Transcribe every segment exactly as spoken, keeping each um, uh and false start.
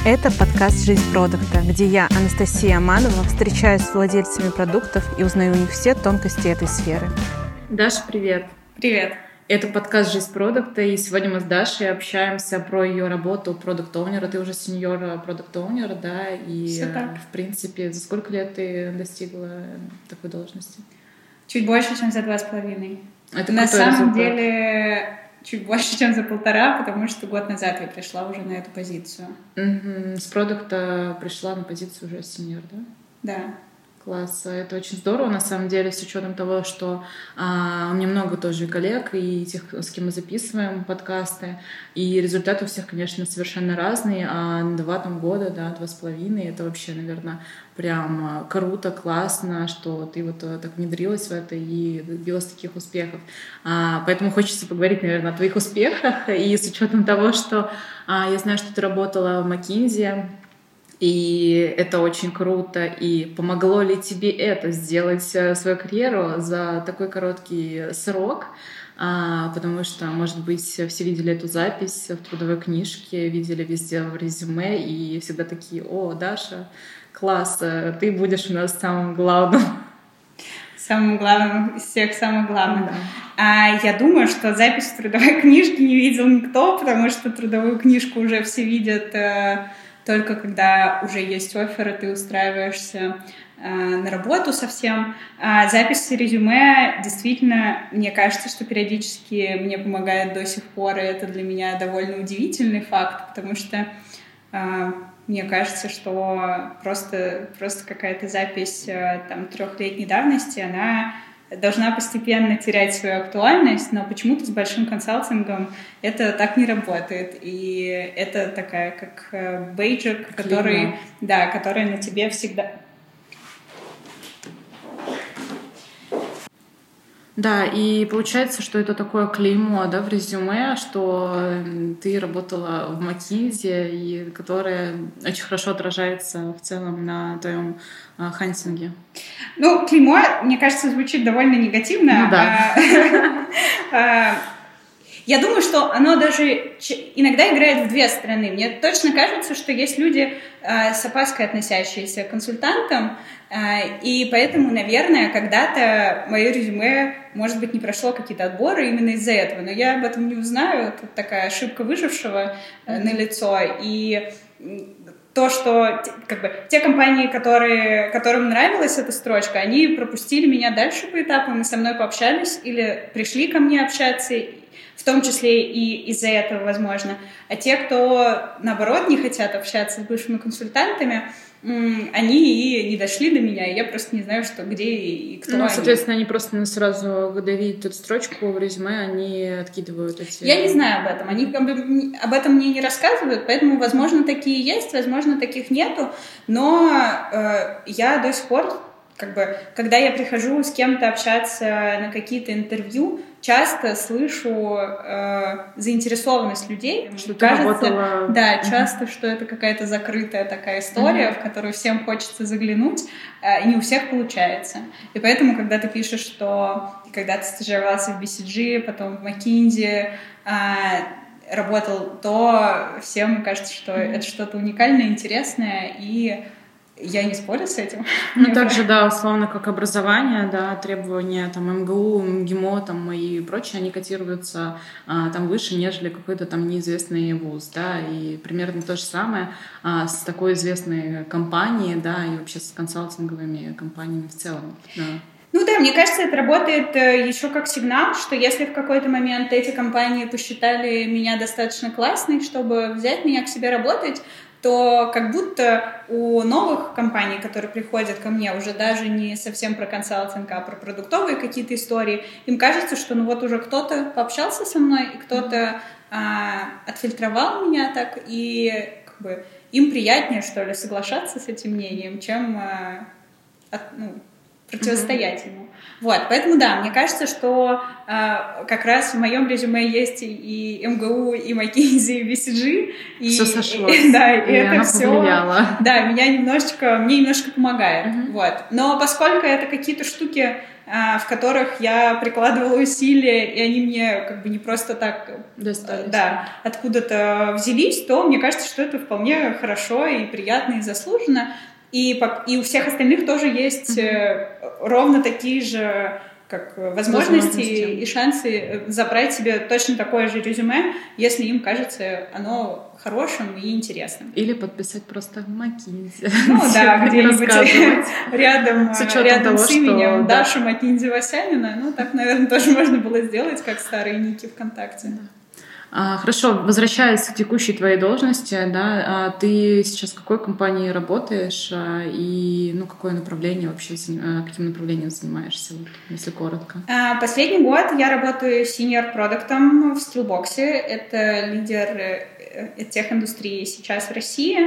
Это подкаст «Жизнь продукта», где я, Анастасия Аманова, встречаюсь с владельцами продуктов и узнаю у них все тонкости этой сферы. Даша, привет! Привет! Это подкаст «Жизнь продукта», и сегодня мы с Дашей общаемся про ее работу продукт-оунера. Ты уже сеньор продукт-оунер, да? И, Все так. В принципе, за сколько лет ты достигла такой должности? Чуть больше, чем за два с половиной. Это На крутой самом результат. деле, чуть больше, чем за полтора, потому что год назад я пришла уже на эту позицию. Угу. С продукта пришла на позицию уже сеньор, да? Да. Класс. Это очень здорово, на самом деле, с учетом того, что а, у меня много тоже коллег и тех, с кем мы записываем подкасты, и результаты у всех, конечно, совершенно разные, а два там года, да, два с половиной, это вообще, наверное, прям круто, классно, что ты вот так внедрилась в это и добилась таких успехов. А, поэтому хочется поговорить, наверное, о твоих успехах, и с учетом того, что а, я знаю, что ты работала в McKinsey, и это очень круто. И помогло ли тебе это сделать свою карьеру за такой короткий срок? А, потому что, может быть, все видели эту запись в трудовой книжке, видели везде в резюме, и всегда такие: «О, Даша, класс, ты будешь у нас самым главным». Самым главным из всех, самых главных. Да. А, я думаю, что запись в трудовой книжке не видел никто, потому что трудовую книжку уже все видят только когда уже есть оффер, и ты устраиваешься э, на работу совсем. А запись резюме действительно, мне кажется, что периодически мне помогает до сих пор, и это для меня довольно удивительный факт, потому что э, мне кажется, что просто, просто какая-то запись э, там, трехлетней давности, она должна постепенно терять свою актуальность, но почему-то с большим консалтингом это так не работает. И это такая, как бейджик, который, да, который на тебе всегда... Да, и получается, что это такое клеймо, да, в резюме, что ты работала в McKinsey, и которое очень хорошо отражается в целом на твоем а, хантинге. Ну, клеймо, мне кажется, звучит довольно негативно. Ну да. Я думаю, что оно даже иногда играет в две стороны. Мне точно кажется, что есть люди, с опаской относящиеся к консультантам, и поэтому, наверное, когда-то мое резюме, может быть, не прошло какие-то отборы именно из-за этого. Но я об этом не узнаю. Это такая ошибка выжившего mm-hmm. налицо. И то, что как бы, те компании, которые, которым нравилась эта строчка, они пропустили меня дальше по этапам и со мной пообщались или пришли ко мне общаться, в том числе и из-за этого, возможно. А те, кто, наоборот, не хотят общаться с бывшими консультантами, они и не дошли до меня, и я просто не знаю, что, где и кто ну, они. Соответственно, они просто сразу, когда видят эту строчку в резюме, они откидывают эти... Я не знаю об этом. Они об этом мне не рассказывают, поэтому, возможно, такие есть, возможно, таких нету, но э, я до сих пор, как бы, когда я прихожу с кем-то общаться на какие-то интервью, часто слышу э, заинтересованность людей. Что ты кажется, работала... Да, часто, uh-huh. что это какая-то закрытая такая история, uh-huh. в которую всем хочется заглянуть, э, и не у всех получается. И поэтому, когда ты пишешь, что когда ты стажировался в би си джи, потом в McKinsey, э, работал, то всем кажется, что uh-huh. это что-то уникальное, интересное, и я не спорю с этим. Ну, также, да, условно, как образование, да, требования там эм гэ у, эм гэ эм о там, и прочее, они котируются а, там выше, нежели какой-то там неизвестный вуз, да, и примерно то же самое а, с такой известной компанией, да, и вообще с консалтинговыми компаниями в целом, да. Ну да, мне кажется, это работает еще как сигнал, что если в какой-то момент эти компании посчитали меня достаточно классной, чтобы взять меня к себе работать, то как будто у новых компаний, которые приходят ко мне, уже даже не совсем про консалтинг, а про продуктовые какие-то истории, им кажется, что ну вот уже кто-то пообщался со мной, и кто-то а, отфильтровал меня так, и как бы им приятнее, что ли, соглашаться с этим мнением, чем а, от, ну, противостоять mm-hmm. ему. Вот, поэтому да, мне кажется, что э, как раз в моем резюме есть и эм гэ у, и McKinsey, и би си джи. И, все сошлось, и, да, и, и это оно все, повлияло. Да, меня немножечко, мне немножко помогает. Uh-huh. Вот. Но поскольку это какие-то штуки, э, в которых я прикладывала усилия, и они мне как бы не просто так достались, да, откуда-то взялись, то мне кажется, что это вполне хорошо и приятно, и заслуженно. И, и у всех остальных тоже есть mm-hmm. ровно такие же как возможности, возможности и шансы забрать себе точно такое же резюме, если им кажется оно хорошим и интересным. Или подписать просто McKinsey. Ну да, где-нибудь рядом с, рядом того, с именем что, Даша да. McKinsey Васянина. Ну так, наверное, тоже можно было сделать, как старые ники ВКонтакте. Да. Хорошо, возвращаясь к текущей твоей должности, да, ты сейчас в какой компании работаешь и ну, какое направление вообще, каким направлением занимаешься, если коротко? Последний год я работаю синьор-продуктом в Skillbox. Это лидер тех-индустрии сейчас в России.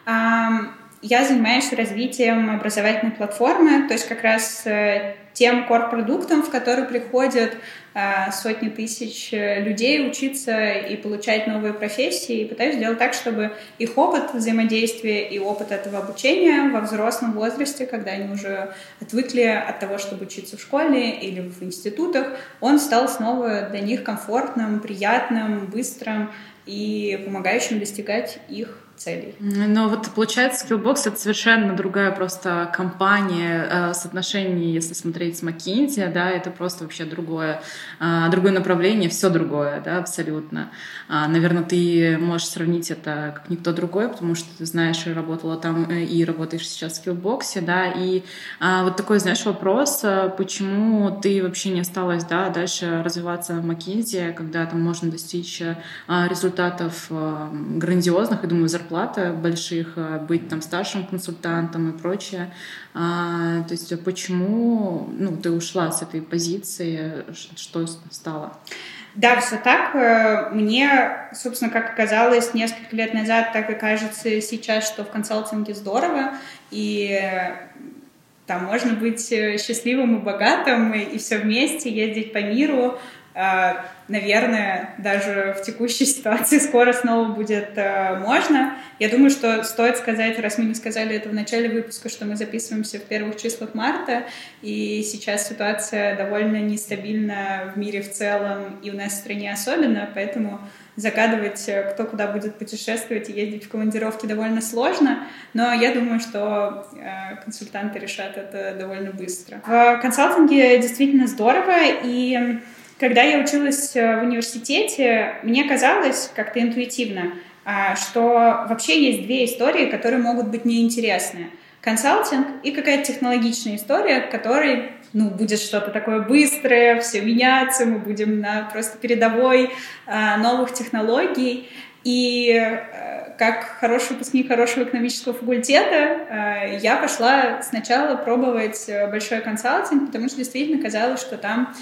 Я занимаюсь развитием образовательной платформы, то есть как раз тем core-продуктом, в который приходят э, сотни тысяч людей учиться и получать новые профессии, и пытаюсь сделать так, чтобы их опыт взаимодействия и опыт этого обучения во взрослом возрасте, когда они уже отвыкли от того, чтобы учиться в школе или в институтах, он стал снова для них комфортным, приятным, быстрым и помогающим достигать их целей. Но вот получается, Skillbox — это совершенно другая просто компания, э, соотношение, если смотреть с McKinsey, да, это просто вообще другое, э, другое направление, все другое, да, абсолютно. Э, наверное, ты можешь сравнить это как никто другой, потому что ты знаешь и работала там, и работаешь сейчас в Skillbox, да, и э, вот такой, знаешь, вопрос, почему ты вообще не осталась, да, дальше развиваться в McKinsey, когда там можно достичь э, результатов э, грандиозных, я думаю, зарплаты больших, быть там старшим консультантом и прочее. А, то есть почему ну, ты ушла с этой позиции, что стало? Да, все так. Мне, собственно, как оказалось несколько лет назад, так и кажется сейчас, что в консалтинге здорово, и там можно быть счастливым и богатым, и, и все вместе ездить по миру. Наверное, даже в текущей ситуации скоро снова будет э, можно. Я думаю, что стоит сказать, раз мы не сказали это в начале выпуска, что мы записываемся в первых числах марта, и сейчас ситуация довольно нестабильна в мире в целом, и у нас в стране особенно, поэтому загадывать, кто куда будет путешествовать и ездить в командировки, довольно сложно, но я думаю, что э, консультанты решат это довольно быстро. В консалтинге действительно здорово, и когда я училась в университете, мне казалось как-то интуитивно, что вообще есть две истории, которые могут быть неинтересны. Консалтинг и какая-то технологичная история, в которой ну, будет что-то такое быстрое, все меняться, мы будем на просто передовой новых технологий. И как хороший выпускник хорошего экономического факультета я пошла сначала пробовать большой консалтинг, потому что действительно казалось, что там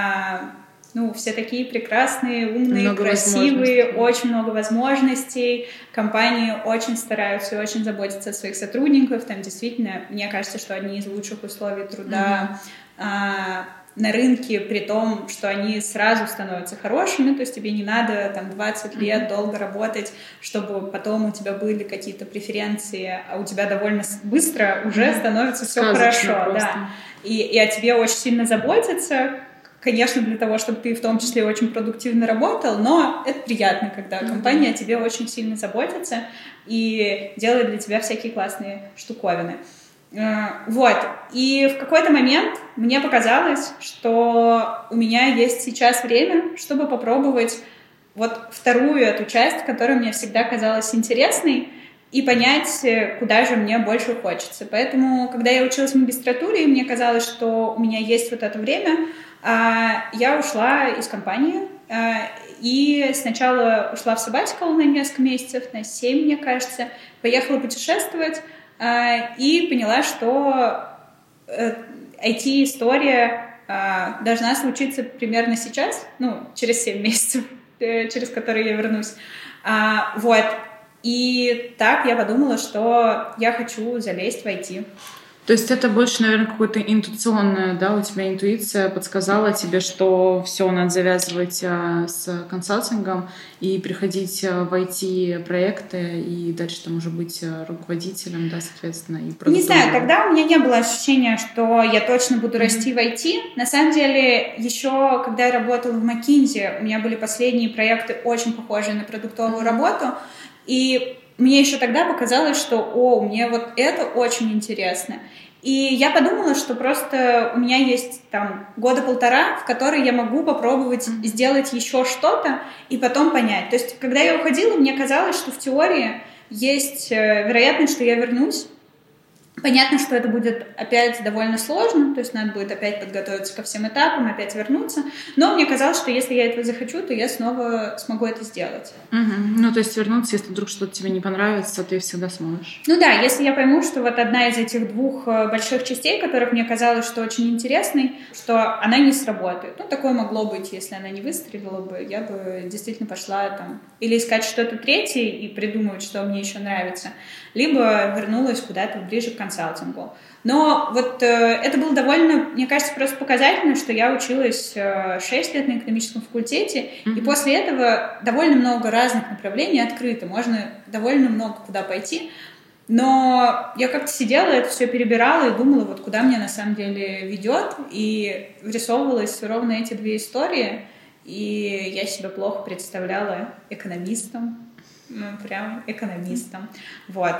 ну, все такие прекрасные, умные, много красивые, очень много возможностей. Компании очень стараются и очень заботятся о своих сотрудниках. Там действительно, мне кажется, что одни из лучших условий труда mm-hmm. а, на рынке, при том, что они сразу становятся хорошими. То есть тебе не надо там двадцать лет mm-hmm. долго работать, чтобы потом у тебя были какие-то преференции, а у тебя довольно быстро уже mm-hmm. становится все хорошо. Да. И, и о тебе очень сильно заботятся. Конечно, для того, чтобы ты в том числе очень продуктивно работал, но это приятно, когда mm-hmm. компания о тебе очень сильно заботится и делает для тебя всякие классные штуковины. Вот. И в какой-то момент мне показалось, что у меня есть сейчас время, чтобы попробовать вот вторую эту часть, которая мне всегда казалась интересной, и понять, куда же мне больше хочется. Поэтому, когда я училась в магистратуре, мне казалось, что у меня есть вот это время, я ушла из компании и сначала ушла в sabbatical на несколько месяцев, на семь, мне кажется, поехала путешествовать и поняла, что ай ти-история должна случиться примерно сейчас, ну, через семь месяцев, через которые я вернусь. Вот. И так я подумала, что я хочу залезть в ай ти. То есть это больше, наверное, какое-то интуиционное, да, у тебя интуиция подсказала тебе, что все, надо завязывать а, с консалтингом и приходить в ай ти-проекты и дальше там уже быть руководителем, да, соответственно, и продуктом. Не знаю, тогда у меня не было ощущения, что я точно буду расти mm-hmm. в ай ти. На самом деле, еще когда я работала в McKinsey, у меня были последние проекты очень похожие на продуктовую mm-hmm. работу, и мне еще тогда показалось, что, о, мне вот это очень интересно. И я подумала, что просто у меня есть там года полтора, в которые я могу попробовать mm-hmm. сделать еще что-то и потом понять. То есть, когда я уходила, мне казалось, что в теории есть вероятность, что я вернусь. Понятно, что это будет опять довольно сложно, то есть надо будет опять подготовиться ко всем этапам, опять вернуться. Но мне казалось, что если я этого захочу, то я снова смогу это сделать. Угу. Ну, то есть вернуться, если вдруг что-то тебе не понравится, ты всегда сможешь. Ну да, если я пойму, что вот одна из этих двух больших частей, которых мне казалось, что очень интересной, что она не сработает. Ну, такое могло быть, если она не выстрелила бы, я бы действительно пошла там или искать что-то третье и придумывать, что мне еще нравится, либо вернулась куда-то ближе к консалтингу. Но вот э, это было довольно, мне кажется, просто показательно, что я училась э, шесть лет на экономическом факультете, mm-hmm. и после этого довольно много разных направлений открыто, можно довольно много куда пойти. Но я как-то сидела, это все перебирала и думала, вот куда мне на самом деле ведет, и врисовывалась ровно эти две истории, и я себя плохо представляла экономистом. Ну, прям экономистом. Вот.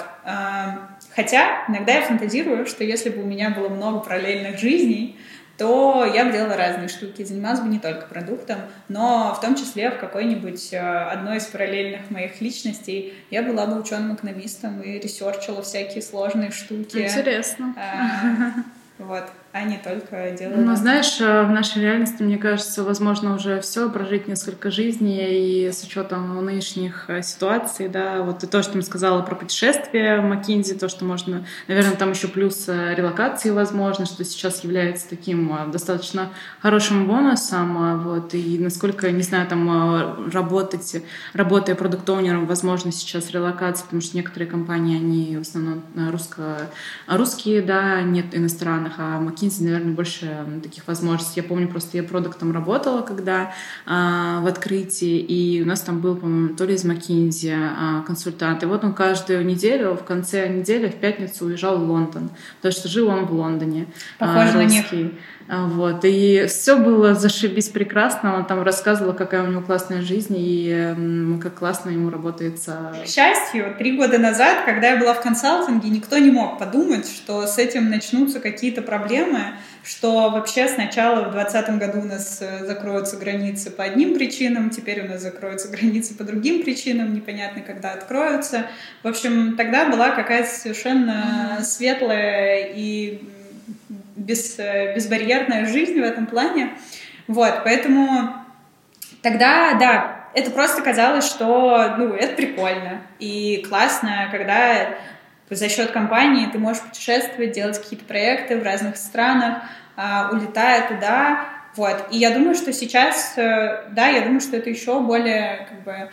Хотя иногда я фантазирую, что если бы у меня было много параллельных жизней, то я бы делала разные штуки, занималась бы не только продуктом, но в том числе в какой-нибудь одной из параллельных моих личностей я была бы ученым-экономистом и ресерчила всякие сложные штуки. Интересно. А, вот. А не только делала... Ну, знаешь, в нашей реальности, мне кажется, возможно уже все прожить несколько жизней, и с учетом нынешних ситуаций, да, вот и то, что ты сказала про путешествия в McKinsey, то, что можно, наверное, там еще плюс релокации возможно, что сейчас является таким достаточно хорошим бонусом, вот, и насколько, не знаю, там работать, работая продукт-оунером, возможно сейчас релокация, потому что некоторые компании, они в основном русско, русские, да, нет иностранных, а McKinsey, наверное, больше таких возможностей. Я помню, просто я продуктом работала, когда а, в открытии, и у нас там был, по-моему, то ли из McKinsey а, консультант. И вот он каждую неделю, в конце недели, в пятницу уезжал в Лондон, потому что жил он в Лондоне. Похоже а, на них. Вот. И все было зашибись прекрасно. Он там рассказывал, какая у него классная жизнь и как классно ему работается. К счастью, три года назад, когда я была в консалтинге, никто не мог подумать, что с этим начнутся какие-то проблемы, что вообще сначала в двадцатом году у нас закроются границы по одним причинам, теперь у нас закроются границы по другим причинам, непонятно, когда откроются. В общем, тогда была какая-то совершенно mm-hmm. светлая и без, безбарьерная жизнь в этом плане. Вот, поэтому тогда, да, это просто казалось, что, ну, это прикольно и классно, когда за счет компании ты можешь путешествовать, делать какие-то проекты в разных странах, улетая туда, вот. И я думаю, что сейчас, да, я думаю, что это еще более, как бы,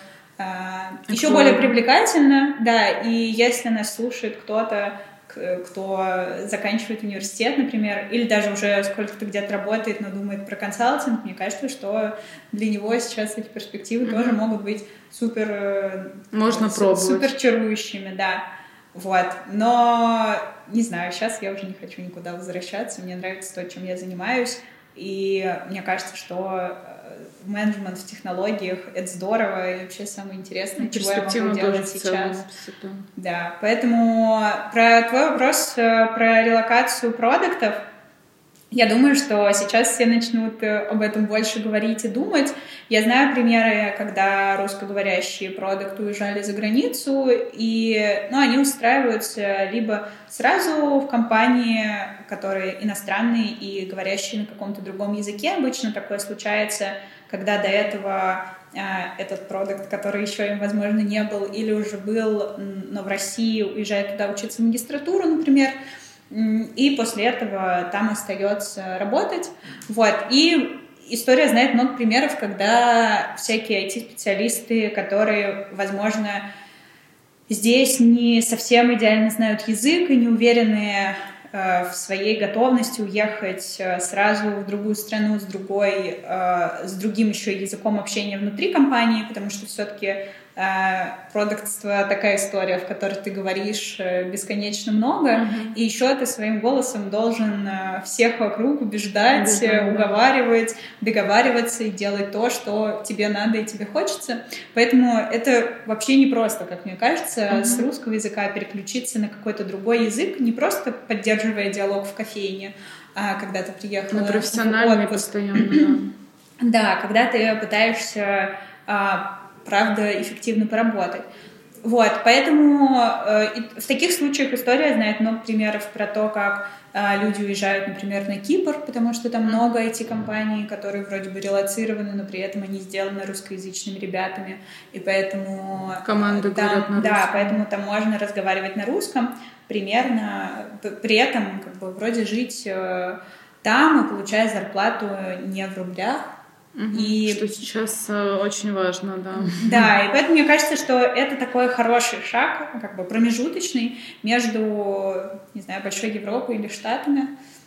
еще более привлекательно, да, и если нас слушает кто-то, кто заканчивает университет, например, или даже уже сколько-то где-то работает, но думает про консалтинг, мне кажется, что для него сейчас эти перспективы mm-hmm. тоже могут быть супер... Можно су- пробовать. Супер чарующими, да. Вот. Но, не знаю, сейчас я уже не хочу никуда возвращаться, мне нравится то, чем я занимаюсь, и мне кажется, что менеджмент в технологиях — это здорово, и вообще самое интересное, чего я могу делать сейчас. Да, поэтому про твой вопрос про релокацию продуктов, я думаю, что сейчас все начнут об этом больше говорить и думать. Я знаю примеры, когда русскоговорящие продукты уезжали за границу, и ну, они устраиваются либо сразу в компании, которые иностранные и говорящие на каком-то другом языке. Обычно такое случается, когда до этого э, этот продукт, который еще им, возможно, не был или уже был, но в России уезжает туда учиться в магистратуру, например, и после этого там остается работать. Вот. И история знает много примеров, когда всякие ай ти-специалисты, которые, возможно, здесь не совсем идеально знают язык и не уверены в своей готовности уехать сразу в другую страну с другой, с другим еще языком общения внутри компании, потому что все-таки продуктство такая история, в которой ты говоришь бесконечно много, mm-hmm. и еще ты своим голосом должен всех вокруг убеждать, mm-hmm. уговаривать, договариваться и делать то, что тебе надо и тебе хочется. Поэтому это вообще не просто, как мне кажется, mm-hmm. с русского языка переключиться на какой-то другой язык, не просто поддерживая диалог в кофейне, а когда ты приехала на профессиональный постоянно. Да. Да, когда ты пытаешься правда, эффективно поработать. Вот, поэтому э, в таких случаях история знает много примеров про то, как э, люди уезжают, например, на Кипр, потому что там много ай ти-компаний, которые вроде бы релоцированы, но при этом они сделаны русскоязычными ребятами, и поэтому... Команды там, говорят на русском. Да, поэтому там можно разговаривать на русском, примерно, при этом как бы вроде жить э, там и получая зарплату не в рублях. Угу, и... Что сейчас э, очень важно, да. Да, и поэтому мне кажется, что это такой хороший шаг, как бы промежуточный между, не знаю, большой Европой или Штатами,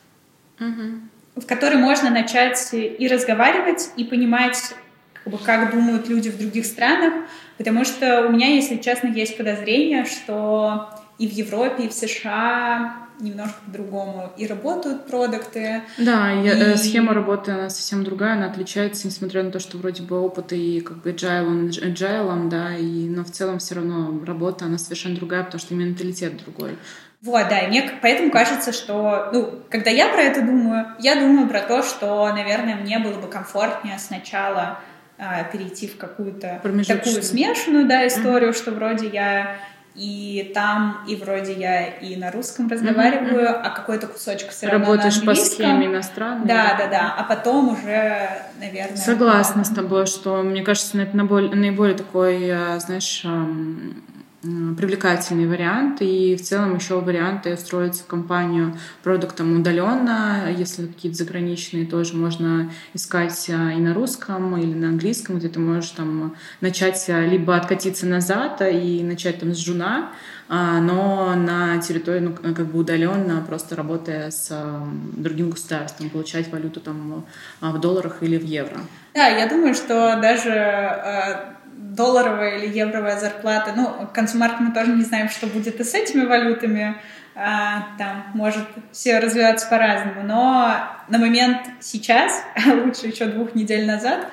угу. в который можно начать и разговаривать, и понимать, как бы, как думают люди в других странах, потому что у меня, если честно, есть подозрение, что и в Европе, и в США немножко по-другому и работают продукты. Да, и... и схема работы, она совсем другая, она отличается, несмотря на то, что вроде бы опыт и как бы agile, agile, да, и, но в целом все равно работа, она совершенно другая, потому что менталитет другой. Вот, да, и мне поэтому кажется, что, ну, когда я про это думаю, я думаю про то, что, наверное, мне было бы комфортнее сначала а, перейти в какую-то такую смешанную, да, историю, mm-hmm. что вроде я и там, и вроде я и на русском разговариваю, mm-hmm. а какой-то кусочек все равно работаешь на английском. По схеме иностранной. Да, да, да, а потом уже, наверное... Согласна с тобой, что, мне кажется, это наиболее такой, знаешь, привлекательный вариант, и в целом еще варианты устроиться в компанию продуктом удаленно, если какие-то заграничные, тоже можно искать и на русском, или на английском, где ты можешь там начать либо откатиться назад и начать там с джуна, но на территории, ну, как бы удаленно, просто работая с другим государством, получать валюту там в долларах или в евро. Да, я думаю, что даже долларовая или евровая зарплата, ну, к концу марта мы тоже не знаем, что будет и с этими валютами, а, там может все развиваться по-разному, но на момент сейчас, лучше еще двух недель назад,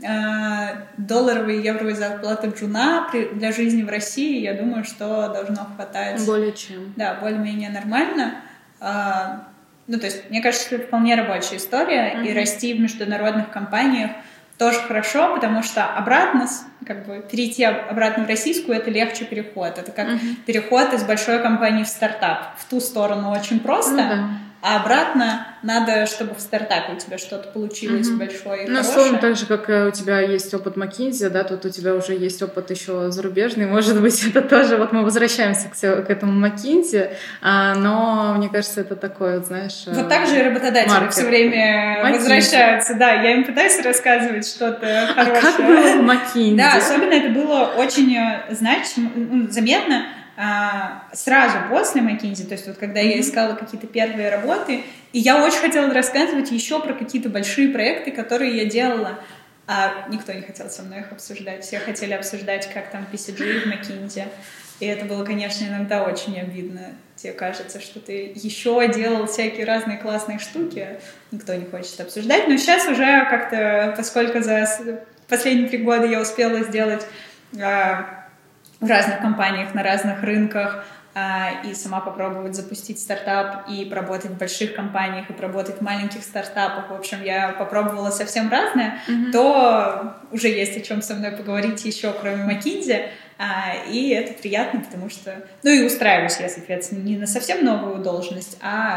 а, долларовые и евровые зарплаты джуна для жизни в России, я думаю, что должно хватать. Более чем. Да, более-менее нормально. А, ну, то есть, мне кажется, что это вполне рабочая история, mm-hmm. и расти в международных компаниях тоже хорошо, потому что обратно, как бы перейти обратно в российскую, это легче переход. Это как uh-huh. переход из большой компании в стартап. В ту сторону очень просто, ну, да. а обратно надо, чтобы в стартапе у тебя что-то получилось uh-huh. большое и ну, хорошее. Ну, словно так же, как у тебя есть опыт McKinsey, да, тут у тебя уже есть опыт еще зарубежный. Может быть, это тоже, вот мы возвращаемся к, к этому McKinsey, а, но мне кажется, это такое, вот, знаешь... Вот так же и работодатели маркер. Все время McKinsey. Возвращаются. Да, я им пытаюсь рассказывать что-то хорошее. А как было в McKinsey? Да, особенно это было очень, знаешь, заметно сразу после McKinsey, то есть вот когда mm-hmm. я искала какие-то первые работы, и я очень хотела рассказывать еще про какие-то большие проекты, которые я делала, а никто не хотел со мной их обсуждать. Все хотели обсуждать, как там пи си джи в McKinsey. И это было, конечно, иногда очень обидно. Тебе кажется, что ты еще делал всякие разные классные штуки, никто не хочет обсуждать. Но сейчас уже как-то, поскольку за последние три года я успела сделать в разных компаниях, на разных рынках, и сама попробовать запустить стартап, и поработать в больших компаниях, и поработать в маленьких стартапах. В общем, я попробовала совсем разное, mm-hmm. то уже есть о чем со мной поговорить еще, кроме McKinsey, и это приятно, потому что... Ну и устраиваюсь я, соответственно, не на совсем новую должность, а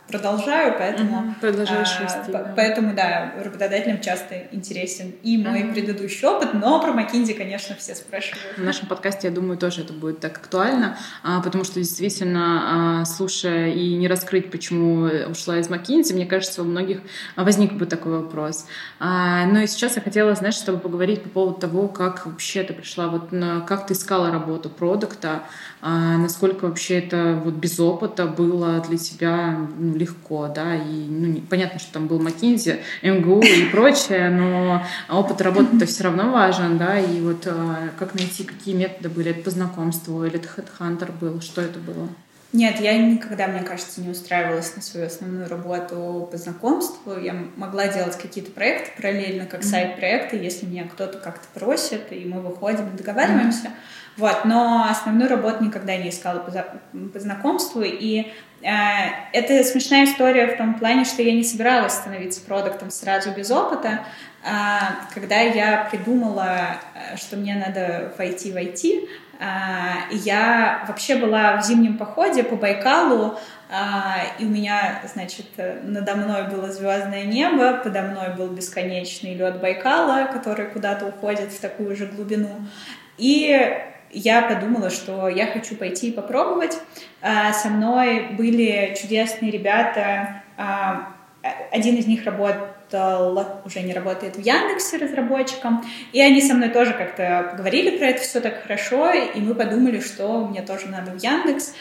продолжаю, поэтому, угу, продолжаешь а, расти, по- да. поэтому, да, работодателям часто интересен и мой угу. предыдущий опыт, но про McKinsey, конечно, все спрашивают. В нашем подкасте, я думаю, тоже это будет так актуально, потому что действительно, слушая и не раскрыть, почему ушла из McKinsey, мне кажется, у многих возник бы такой вопрос. Но и сейчас я хотела, знаешь, с тобой поговорить по поводу того, как вообще ты пришла, вот как ты искала работу продукта, насколько вообще это вот без опыта было для тебя, ну, легко, да, и ну, понятно, что там был McKinsey, эм гэ у и прочее, но опыт работы-то все равно важен, да, и вот как найти, какие методы были, это по знакомству или это HeadHunter был, что это было? Нет, я никогда, мне кажется, не устраивалась на свою основную работу по знакомству. Я могла делать какие-то проекты параллельно, как mm-hmm. сайт-проекты, если меня кто-то как-то просит, и мы выходим, договариваемся. Mm-hmm. Вот, но основную работу никогда не искала по, за... по знакомству, и э, это смешная история в том плане, что я не собиралась становиться продуктом сразу без опыта. Э, когда я придумала, что мне надо войти в ай ти, Uh, я вообще была в зимнем походе по Байкалу, uh, и у меня, значит, надо мной было звездное небо, подо мной был бесконечный лед Байкала, который куда-то уходит в такую же глубину. И я подумала, что я хочу пойти и попробовать. Uh, со мной были чудесные ребята. Uh, один из них работал, уже не работает в Яндексе разработчиком, и они со мной тоже как-то поговорили про это все так хорошо, и мы подумали, что мне тоже надо в Яндекс.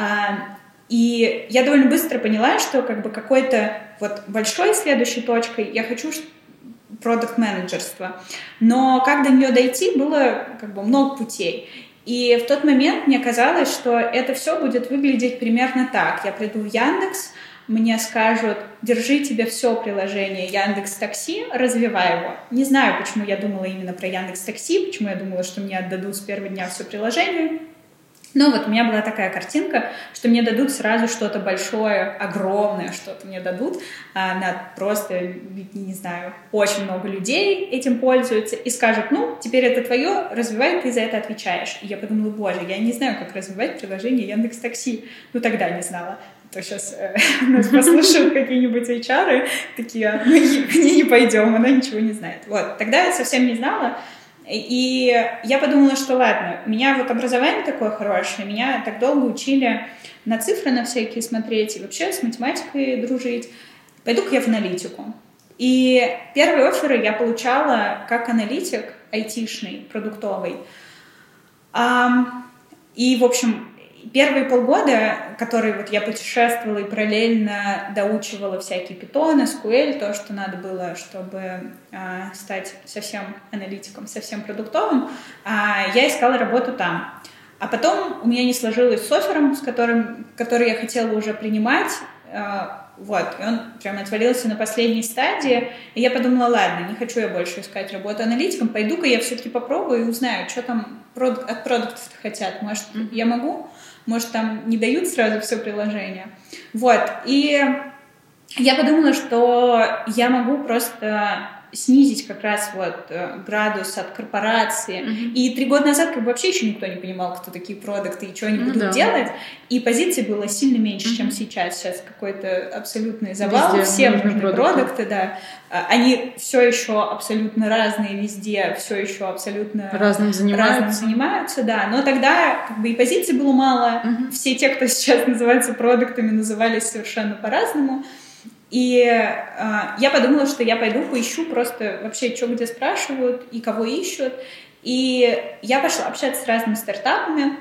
И я довольно быстро поняла, что как бы какой-то вот большой следующей точкой я хочу продакт-менеджерство, но как до нее дойти, было как бы много путей. И в тот момент мне казалось, что это все будет выглядеть примерно так. Я приду в Яндекс, мне скажут: держи тебе все приложение Яндекс.Такси, развивай его. Не знаю, почему я думала именно про Яндекс.Такси, почему я думала, что мне отдадут с первого дня все приложение. Но вот у меня была такая картинка, что мне дадут сразу что-то большое, огромное что-то мне дадут. А, на просто, не знаю, очень много людей этим пользуются и скажут: ну, теперь это твое, развивай, ты за это отвечаешь. И я подумала: боже, я не знаю, как развивать приложение Яндекс.Такси. Ну, тогда не знала. То сейчас э, нас послушают какие-нибудь эйч ар, такие: мы к ней не пойдем, она ничего не знает. Вот, тогда я совсем не знала. И я подумала, что ладно, у меня вот образование такое хорошее, меня так долго учили на цифры на всякие смотреть и вообще с математикой дружить. Пойду-ка я в аналитику. И первые офферы я получала как аналитик айтишный, продуктовый. И, в общем, первые полгода, которые вот я путешествовала и параллельно доучивала всякие Python, эс ку эль, то, что надо было, чтобы э, стать совсем аналитиком, совсем продуктовым, э, я искала работу там. А потом у меня не сложилось с оффером, с которым, который я хотела уже принимать, э, вот, и он прям отвалился на последней стадии, и я подумала: ладно, не хочу я больше искать работу аналитиком, пойду-ка я все-таки попробую и узнаю, что там продукт, от продуктов хотят, может, mm-hmm. я могу, может, там не дают сразу все приложение. Вот, и я подумала, что я могу просто снизить как раз вот градус от корпорации. Mm-hmm. И три года назад как бы вообще еще никто не понимал, кто такие продукты и что они mm-hmm. будут mm-hmm. делать. И позиций было сильно меньше, mm-hmm. чем сейчас. Сейчас какой-то абсолютный завал. Везде всем нужны продукты. продукты, да. Они все еще абсолютно разные везде, все еще абсолютно разным занимаются. разным занимаются, да. Но тогда как бы и позиций было мало. Mm-hmm. Все те, кто сейчас называется продуктами, назывались совершенно по-разному. И э, я подумала, что я пойду поищу просто вообще, что где спрашивают и кого ищут. И я пошла общаться с разными стартапами.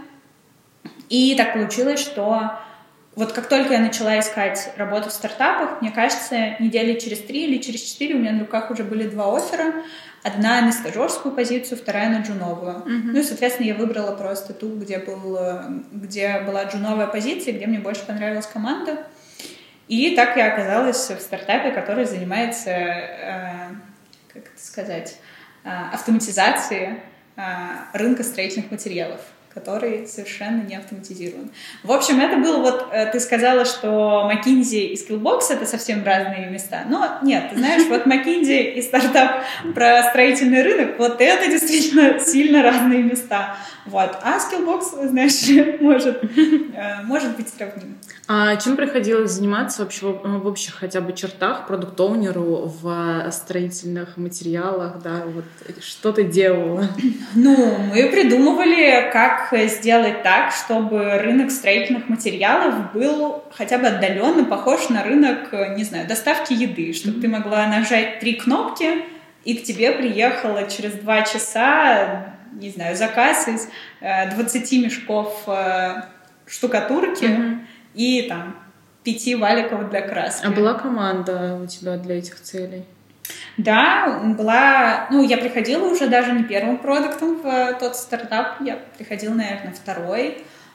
И так получилось, что вот как только я начала искать работу в стартапах, мне кажется, недели через три или через четыре у меня на руках уже были два оффера. Одна на стажерскую позицию, вторая на джуновую. Mm-hmm. Ну и, соответственно, я выбрала просто ту, где, был, где была джуновая позиция, где мне больше понравилась команда. И так я оказалась в стартапе, который занимается, э, как это сказать, э, автоматизацией э, рынка строительных материалов, который совершенно не автоматизирован. В общем, это было вот... Э, ты сказала, что McKinsey и Skillbox — это совсем разные места. Но нет, ты знаешь, вот McKinsey и стартап про строительный рынок — вот это действительно сильно разные места. Вот. А Skillbox, знаешь, может, может быть сравним. А чем приходилось заниматься вообще в общих хотя бы чертах продукт-оунеру в строительных материалах, да, вот что ты делала? Ну, мы придумывали, как сделать так, чтобы рынок строительных материалов был хотя бы отдаленно похож на рынок, не знаю, доставки еды, чтобы mm-hmm. ты могла нажать три кнопки, и к тебе приехало через два часа, не знаю, заказ из двадцати мешков штукатурки, mm-hmm. и там пяти валиков для краски. А была команда у тебя для этих целей? Да, была... Ну, я приходила уже даже не первым продуктом в тот стартап, я приходила, наверное, второй.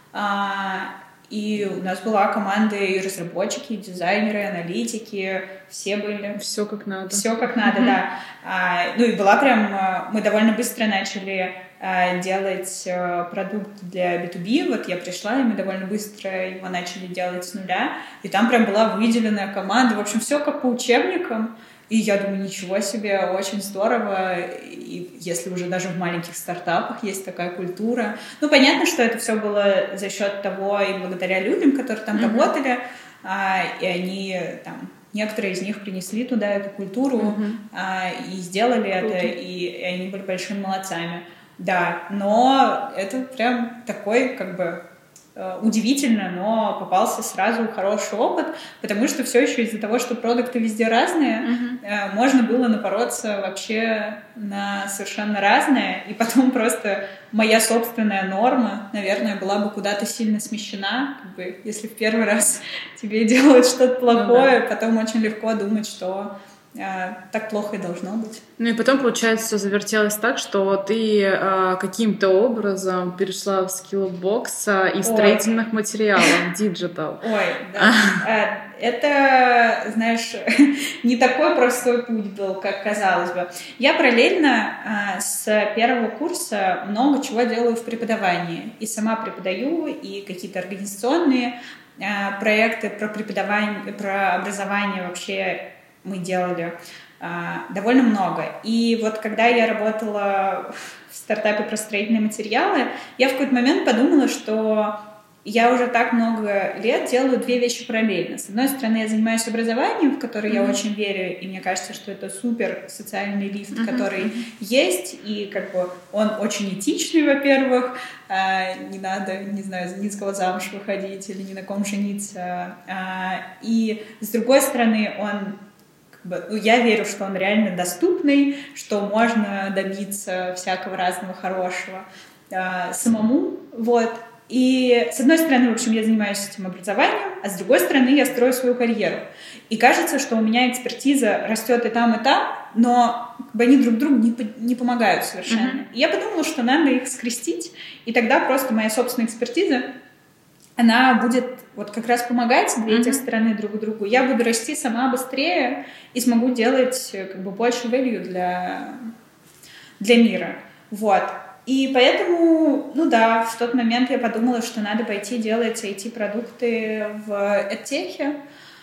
И у нас была команда и разработчики, и дизайнеры, и аналитики, все были. Все как надо. Все как надо, mm-hmm. да. Ну и была прям... Мы довольно быстро начали делать продукт для би ту би. Вот я пришла, и мы довольно быстро его начали делать с нуля. И там прям была выделенная команда. В общем, все как по учебникам. И я думаю, ничего себе, очень здорово. И если уже даже в маленьких стартапах есть такая культура. Ну, понятно, что это все было за счет того и благодаря людям, которые там mm-hmm. работали. И они там... Некоторые из них принесли туда эту культуру mm-hmm. и сделали Круто. это, и, и они были большими молодцами. Да, но это прям такой, как бы, удивительно, но попался сразу хороший опыт, потому что все еще из-за того, что продукты везде разные, mm-hmm. можно было напороться вообще на совершенно разные, и потом просто моя собственная норма, наверное, была бы куда-то сильно смещена, как бы, если в первый раз тебе делают что-то плохое, ну, да. потом очень легко думать, что так плохо и должно быть. Ну и потом, получается, все завертелось так, что ты э, каким-то образом перешла в Skillbox э, из Ой. строительных материалов, диджитал. Ой, да. Это, знаешь, не такой простой путь был, как казалось бы. Я параллельно с первого курса много чего делаю в преподавании. И сама преподаю, и какие-то организационные проекты про преподавание, про образование вообще мы делали а, довольно много. И вот когда я работала в стартапе про строительные материалы, я в какой-то момент подумала, что я уже так много лет делаю две вещи параллельно. С одной стороны, я занимаюсь образованием, в которое mm-hmm. я очень верю, и мне кажется, что это супер социальный лифт, mm-hmm. который есть, и как бы он очень этичный, во-первых, а, не надо, не знаю, за низкого замуж выходить или ни на ком жениться. А, и с другой стороны, он Ну, я верю, что он реально доступный, что можно добиться всякого разного хорошего э, самому, вот. И с одной стороны, в общем, я занимаюсь этим образованием, а с другой стороны, я строю свою карьеру. И кажется, что у меня экспертиза растет и там, и там, но как бы они друг другу не, не помогают совершенно. Mm-hmm. И я подумала, что надо их скрестить, и тогда просто моя собственная экспертиза, она будет вот как раз помогать две mm-hmm. этих стороны друг другу. Я буду расти сама быстрее и смогу делать как бы больше value для, для мира. Вот. И поэтому, ну да, в тот момент я подумала, что надо пойти делать ай ти-продукты в EdTech.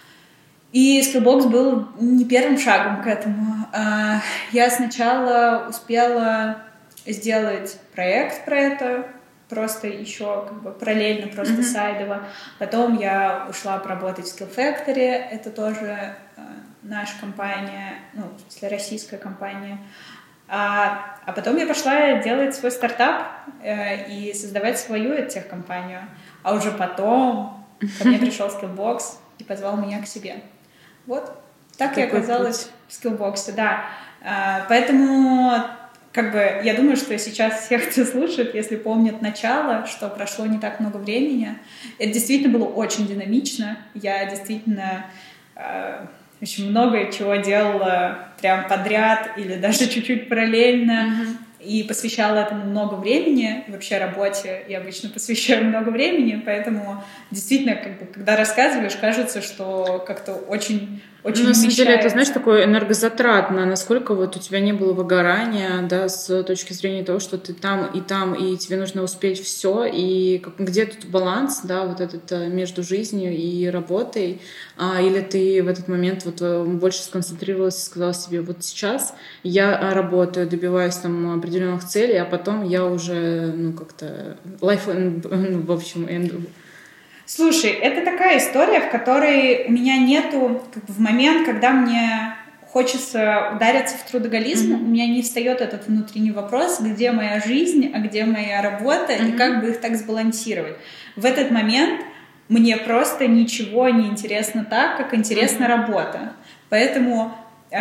И Skillbox был не первым шагом к этому. Я сначала успела сделать проект про это, просто еще как бы параллельно, просто mm-hmm. сайдово. Потом я ушла поработать в Skill Factory, это тоже э, наша компания, ну, в смысле, российская компания. А, а потом я пошла делать свой стартап э, и создавать свою EdTech-компанию. А уже потом ко мне пришел Skillbox и позвал меня к себе. Вот. Так я оказалась в Skillbox, да. А, поэтому... Как бы, я думаю, что сейчас всех, кто слушает, если помнят начало, что прошло не так много времени, это действительно было очень динамично. Я действительно э, очень много чего делала прям подряд или даже чуть-чуть параллельно. Mm-hmm. И посвящала этому много времени. И вообще работе я обычно посвящаю много времени, поэтому действительно, как бы, когда рассказываешь, кажется, что как-то очень очень ну, на самом вмещается. деле, это, знаешь, такое энергозатратно, насколько вот у тебя не было выгорания, да, с точки зрения того, что ты там и там, и тебе нужно успеть все, и как, где тут баланс, да, вот этот между жизнью и работой, а, или ты в этот момент вот больше сконцентрировалась и сказала себе, вот сейчас я работаю, добиваюсь там определенных целей, а потом я уже, ну, как-то life, ну, в общем, end. Слушай, это такая история, в которой у меня нету, как бы, в момент, когда мне хочется удариться в трудоголизм, mm-hmm. у меня не встает этот внутренний вопрос, где моя жизнь, а где моя работа, mm-hmm. и как бы их так сбалансировать. В этот момент мне просто ничего не интересно так, как интересна mm-hmm. работа. Поэтому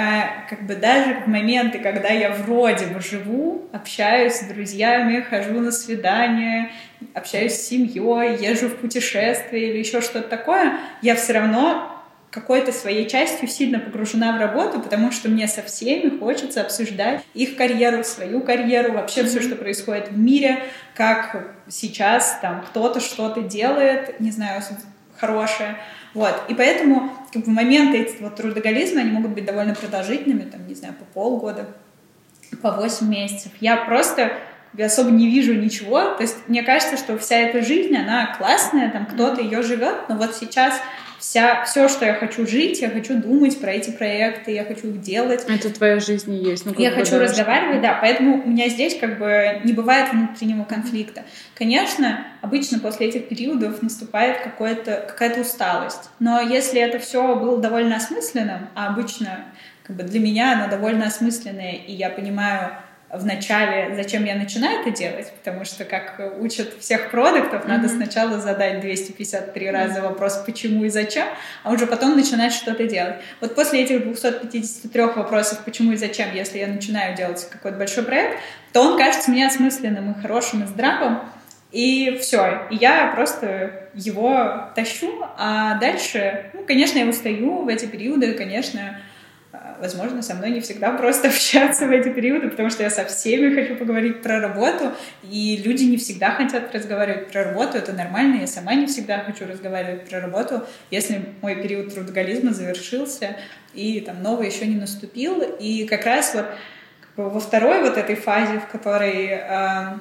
как бы даже в моменты, когда я вроде бы живу, общаюсь с друзьями, хожу на свидания, общаюсь с семьей, езжу в путешествия или еще что-то такое, я все равно какой-то своей частью сильно погружена в работу, потому что мне со всеми хочется обсуждать их карьеру, свою карьеру, вообще mm-hmm. все, что происходит в мире, как сейчас там кто-то что-то делает, не знаю, хорошее. Вот. И поэтому как бы, моменты этого трудоголизма, они могут быть довольно продолжительными, там, не знаю, по полгода, по восемь месяцев. Я просто особо не вижу ничего. То есть мне кажется, что вся эта жизнь, она классная, там кто-то ее живет, но вот сейчас вся, все, что я хочу жить, я хочу думать про эти проекты, я хочу их делать. Это твоя жизнь и есть. Ну, я хочу да, разговаривать, что... да, поэтому у меня здесь как бы не бывает внутреннего конфликта. Конечно, обычно после этих периодов наступает какая-то какая-то усталость, но если это все было довольно осмысленным, а обычно как бы для меня оно довольно осмысленное, и я понимаю в начале, зачем я начинаю это делать, потому что, как учат всех продуктов, mm-hmm. надо сначала задать двести пятьдесят три раза mm-hmm. вопрос «почему» и «зачем», а уже потом начинать что-то делать. Вот после этих двухсот пятидесяти трёх вопросов «почему» и «зачем», если я начинаю делать какой-то большой проект, то он кажется мне осмысленным и хорошим, и здравым, и все. И я просто его тащу, а дальше, ну, конечно, я устаю в эти периоды, конечно, возможно, со мной не всегда просто общаться в эти периоды, потому что я со всеми хочу поговорить про работу, и люди не всегда хотят разговаривать про работу, это нормально, я сама не всегда хочу разговаривать про работу, если мой период трудоголизма завершился, и там новый еще не наступил, и как раз вот как бы, во второй вот этой фазе, в которой, э,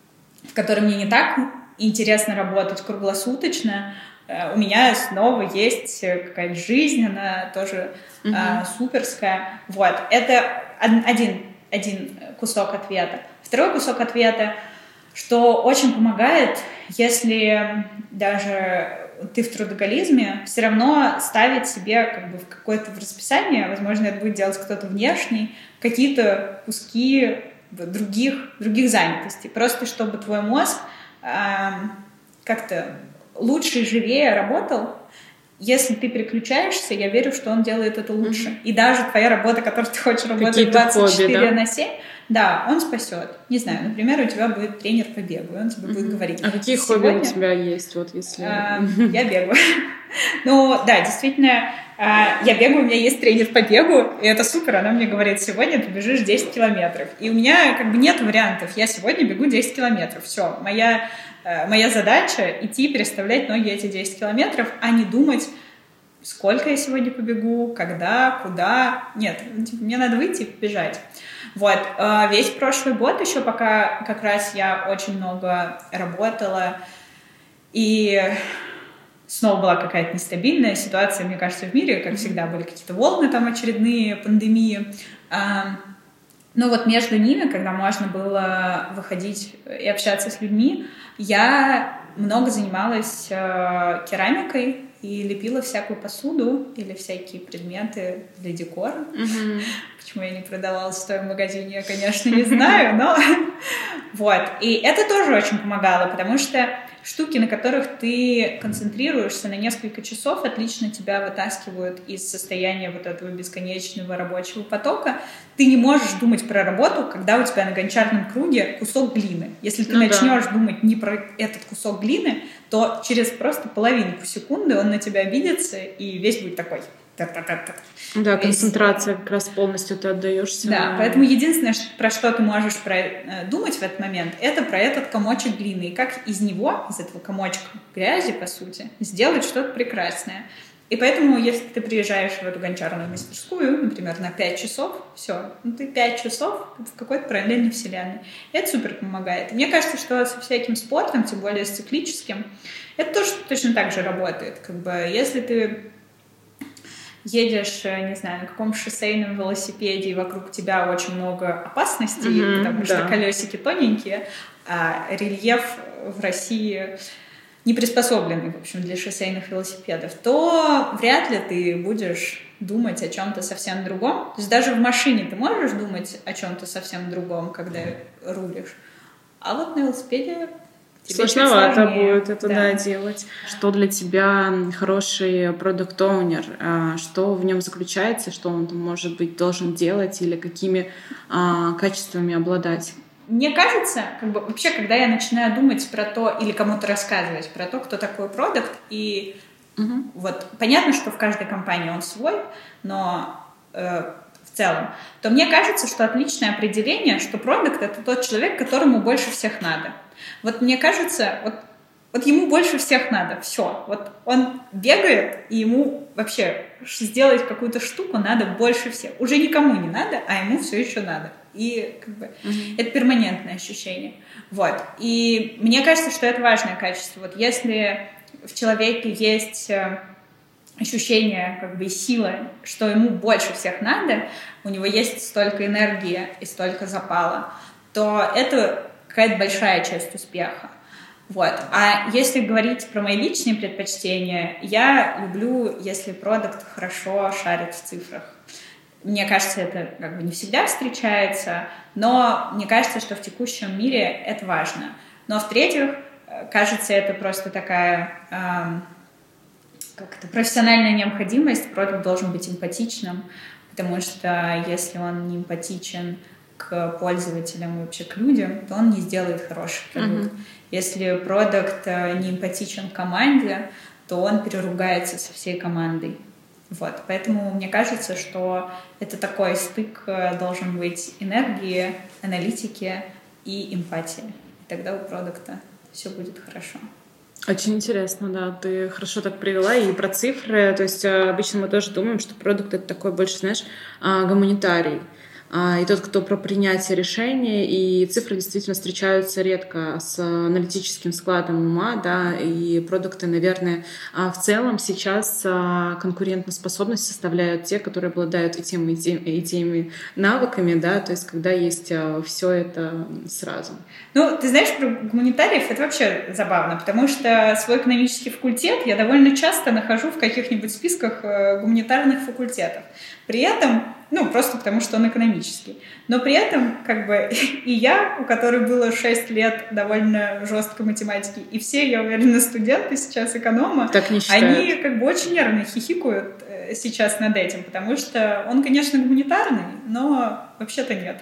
в которой мне не так интересно работать круглосуточно, у меня снова есть какая-то жизнь, она тоже uh-huh. а, суперская. Вот. Это один, один кусок ответа. Второй кусок ответа, что очень помогает, если даже ты в трудоголизме, все равно ставить себе как бы в какое-то расписание, возможно, это будет делать кто-то внешний, какие-то куски других, других занятостей. Просто чтобы твой мозг а, как-то лучше и живее работал. Если ты переключаешься, я верю, что он делает это лучше. Mm-hmm. И даже твоя работа, которой ты хочешь работать двадцать четыре на семь, да, он спасет. Не знаю, например, у тебя будет тренер по бегу, и он тебе mm-hmm. будет говорить. А какие сегодня... хобби у тебя есть? Вот если... а, я бегаю. Ну, да, действительно, я бегаю, у меня есть тренер по бегу, и это супер, она мне говорит, сегодня ты бежишь десять километров. И у меня как бы нет вариантов, я сегодня бегу десять километров, все, моя... Моя задача — идти, переставлять ноги эти десять километров, а не думать, сколько я сегодня побегу, когда, куда. Нет, мне надо выйти и побежать. Вот. Весь прошлый год еще, пока как раз я очень много работала, и снова была какая-то нестабильная ситуация, мне кажется, в мире, как всегда, были какие-то волны там очередные, пандемии. Но вот между ними, когда можно было выходить и общаться с людьми, я много занималась э, керамикой и лепила всякую посуду или всякие предметы для декора. Mm-hmm. Почему я не продавалась в том магазине, я, конечно, не знаю, но вот. И это тоже очень помогало, потому что штуки, на которых ты концентрируешься на несколько часов, отлично тебя вытаскивают из состояния вот этого бесконечного рабочего потока. Ты не можешь думать про работу, когда у тебя на гончарном круге кусок глины. Если ты ну начнешь да. думать не про этот кусок глины, то через просто половинку секунды он на тебя обидится, и весь будет такой... Да, весь... концентрация как раз полностью ты отдаешься. Да, на... поэтому единственное, про что ты можешь про... думать в этот момент, это про этот комочек глины. И как из него, из этого комочка грязи, по сути, сделать что-то прекрасное. И поэтому, если ты приезжаешь в эту гончарную мастерскую, например, на пять часов, все, ну ты пять часов в какой-то параллельной вселенной. Это супер помогает. Мне кажется, что со всяким спортом, тем более с циклическим, это тоже точно так же работает. Как бы, если ты едешь, не знаю, на каком-то шоссейном велосипеде, и вокруг тебя очень много опасностей, mm-hmm, потому что да. колесики тоненькие, а рельеф в России не приспособленный, в общем, для шоссейных велосипедов, то вряд ли ты будешь думать о чем-то совсем другом. То есть даже в машине ты можешь думать о чем-то совсем другом, когда рулишь, а вот на велосипеде сложновато будет это, да. да, делать. Что для тебя хороший продакт-оунер? Что в нем заключается? Что он, может быть, должен делать? Или какими а, качествами обладать? Мне кажется, как бы, вообще, когда я начинаю думать про то, или кому-то рассказывать про то, кто такой продакт, и угу. вот понятно, что в каждой компании он свой, но э, в целом, то мне кажется, что отличное определение, что продакт — это тот человек, которому больше всех надо. Вот мне кажется, вот, вот ему больше всех надо, все. Вот он бегает, и ему вообще сделать какую-то штуку надо больше всех. Уже никому не надо, а ему все еще надо. И как бы mm-hmm. это перманентное ощущение. Вот. И мне кажется, что это важное качество. Вот если в человеке есть ощущение как бы и силы, что ему больше всех надо, у него есть столько энергии и столько запала, то это какая-то большая часть успеха. Вот. А если говорить про мои личные предпочтения, я люблю, если продакт хорошо шарит в цифрах. Мне кажется, это как бы не всегда встречается, но мне кажется, что в текущем мире это важно. Но в-третьих, кажется, это просто такая эм, как это, профессиональная необходимость. Продакт должен быть эмпатичным, потому что если он не эмпатичен к пользователям и вообще к людям, то он не сделает хороший продукт. Uh-huh. Если продакт не эмпатичен к команде, то он переругается со всей командой. Вот. Поэтому мне кажется, что это такой стык должен быть энергии, аналитики и эмпатии. И тогда у продукта все будет хорошо. Очень интересно, да, ты хорошо так привела и про цифры. То есть обычно мы тоже думаем, что продукт — это такой больше, знаешь, гуманитарий. И тот, кто про принятие решений, и цифры действительно встречаются редко с аналитическим складом ума, да, и продукты, наверное, в целом сейчас конкурентоспособность составляют те, которые обладают и теми, и теми, и теми навыками, да, то есть когда есть все это сразу. Ну, ты знаешь, про гуманитариев это вообще забавно, потому что свой экономический факультет я довольно часто нахожу в каких-нибудь списках гуманитарных факультетов. При этом, ну, просто потому что он экономический. Но при этом, как бы, и я, у которой было шесть лет довольно жесткой математики, и все, я уверена, студенты сейчас эконома, так не считают. Они как бы очень нервно хихикают сейчас над этим, потому что он, конечно, гуманитарный, но вообще-то нет.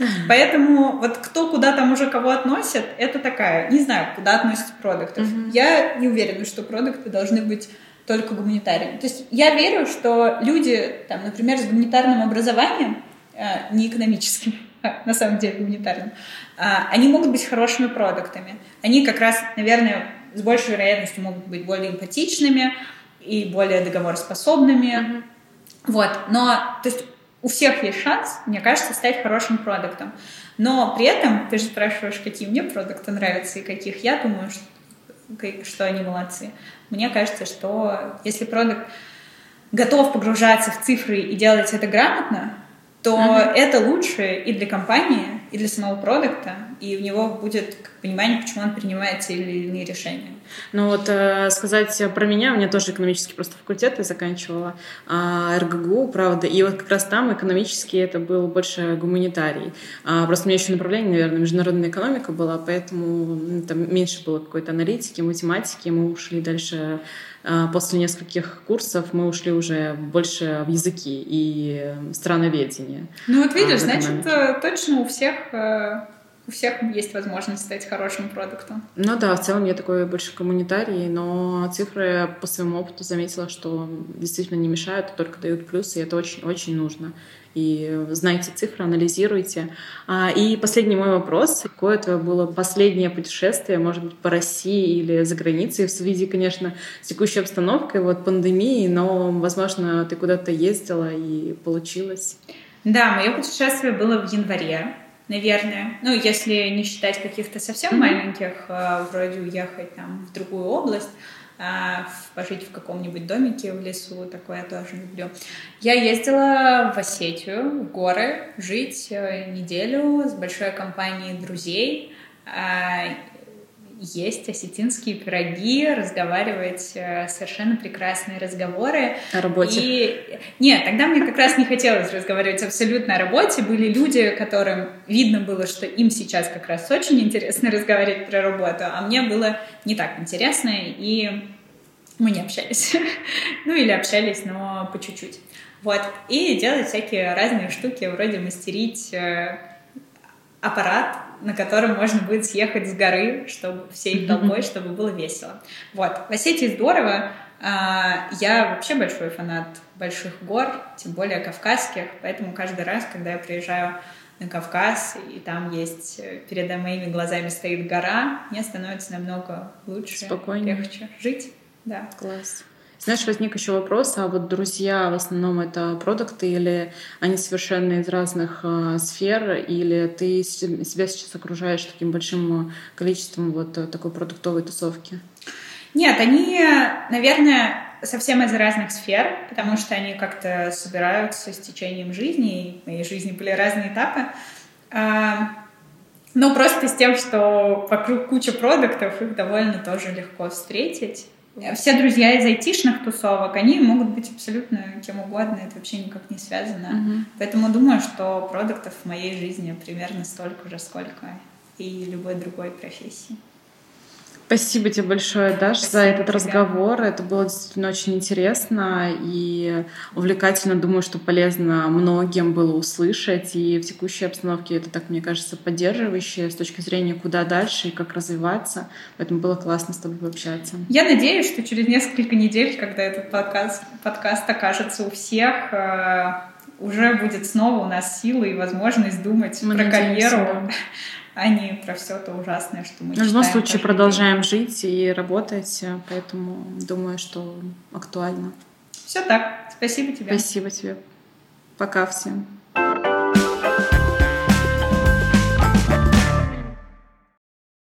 Поэтому вот кто куда там уже кого относит, это такая, не знаю, куда относят продуктов. Mm-hmm. Я не уверена, что продукты должны быть только гуманитариями. То есть я верю, что люди, там, например, с гуманитарным образованием, э, не экономическим, а на самом деле гуманитарным, э, они могут быть хорошими продуктами. Они как раз, наверное, с большей вероятностью могут быть более эмпатичными и более договороспособными. Mm-hmm. Вот. Но, то есть у всех есть шанс, мне кажется, стать хорошим продуктом. Но при этом, ты же спрашиваешь, какие мне продукты нравятся и каких я думаю, что что они молодцы. Мне кажется, что если продукт готов погружаться в цифры и делать это грамотно, то mm-hmm. это лучше и для компании, и для самого продукта, и у него будет понимание, почему он принимает те или иные решения. Ну вот э, сказать про меня, у меня тоже экономический просто факультет, я заканчивала э, эр гэ гэ у, правда, и вот как раз там экономический это был больше гуманитарий. А, просто у меня еще направление, наверное, международная экономика была, поэтому там меньше было какой-то аналитики, математики, мы ушли дальше. После нескольких курсов мы ушли уже больше в языки и страноведение. Ну вот видишь, значит, точно у всех у всех есть возможность стать хорошим продуктом. Ну да, в целом я такой больше коммунитарий, но цифры по своему опыту заметила, что действительно не мешают, а только дают плюсы, и это очень-очень нужно. И знайте цифры, анализируйте. И последний мой вопрос. Какое твое было последнее путешествие, может быть, по России или за границей, в связи, конечно, с текущей обстановкой, вот пандемией, но, возможно, ты куда-то ездила и получилось? Да, мое путешествие было в январе. Наверное, ну, если не считать каких-то совсем mm-hmm. маленьких, вроде уехать там в другую область, пожить в каком-нибудь домике в лесу, такое я тоже люблю. Я ездила в Осетию, в горы, жить неделю с большой компанией друзей, есть осетинские пироги, разговаривать совершенно прекрасные разговоры. О работе? И... Нет, тогда мне как раз не хотелось разговаривать абсолютно о работе. Были люди, которым видно было, что им сейчас как раз очень интересно разговаривать про работу, а мне было не так интересно, и мы не общались. Ну или общались, но по чуть-чуть. Вот. И делать всякие разные штуки, вроде мастерить аппарат, на котором можно будет съехать с горы, чтобы всей толпой, чтобы было весело. Вот. В Осетии здорово. Я вообще большой фанат больших гор, тем более кавказских, поэтому каждый раз, когда я приезжаю на Кавказ, и там есть, перед моими глазами стоит гора, мне становится намного лучше, спокойнее, легче жить. Да. Класс. Знаешь, возник еще вопрос, а вот друзья в основном это продукты или они совершенно из разных э, сфер, или ты себя сейчас окружаешь таким большим количеством вот такой продуктовой тусовки? Нет, они, наверное, совсем из разных сфер, потому что они как-то собираются с течением жизни, и в моей жизни были разные этапы. Но просто с тем, что вокруг куча продуктов, их довольно тоже легко встретить. Все друзья из айтишных тусовок, они могут быть абсолютно кем угодно, это вообще никак не связано. Mm-hmm. Поэтому думаю, что продуктов в моей жизни примерно столько же, сколько и любой другой профессии. Спасибо тебе большое, Даш, Спасибо за этот тебе. разговор. Это было действительно очень интересно и увлекательно. Думаю, что полезно многим было услышать. И в текущей обстановке это, так мне кажется, поддерживающе с точки зрения, куда дальше и как развиваться. Поэтому было классно с тобой пообщаться. Я надеюсь, что через несколько недель, когда этот подкаст, подкаст окажется у всех, уже будет снова у нас сила и возможность думать Мы про карьеру. Да. А не про все то ужасное, что мы читаем. В любом случае продолжаем день. жить и работать, поэтому думаю, что актуально. Все так. Спасибо тебе. Спасибо тебе. Пока всем.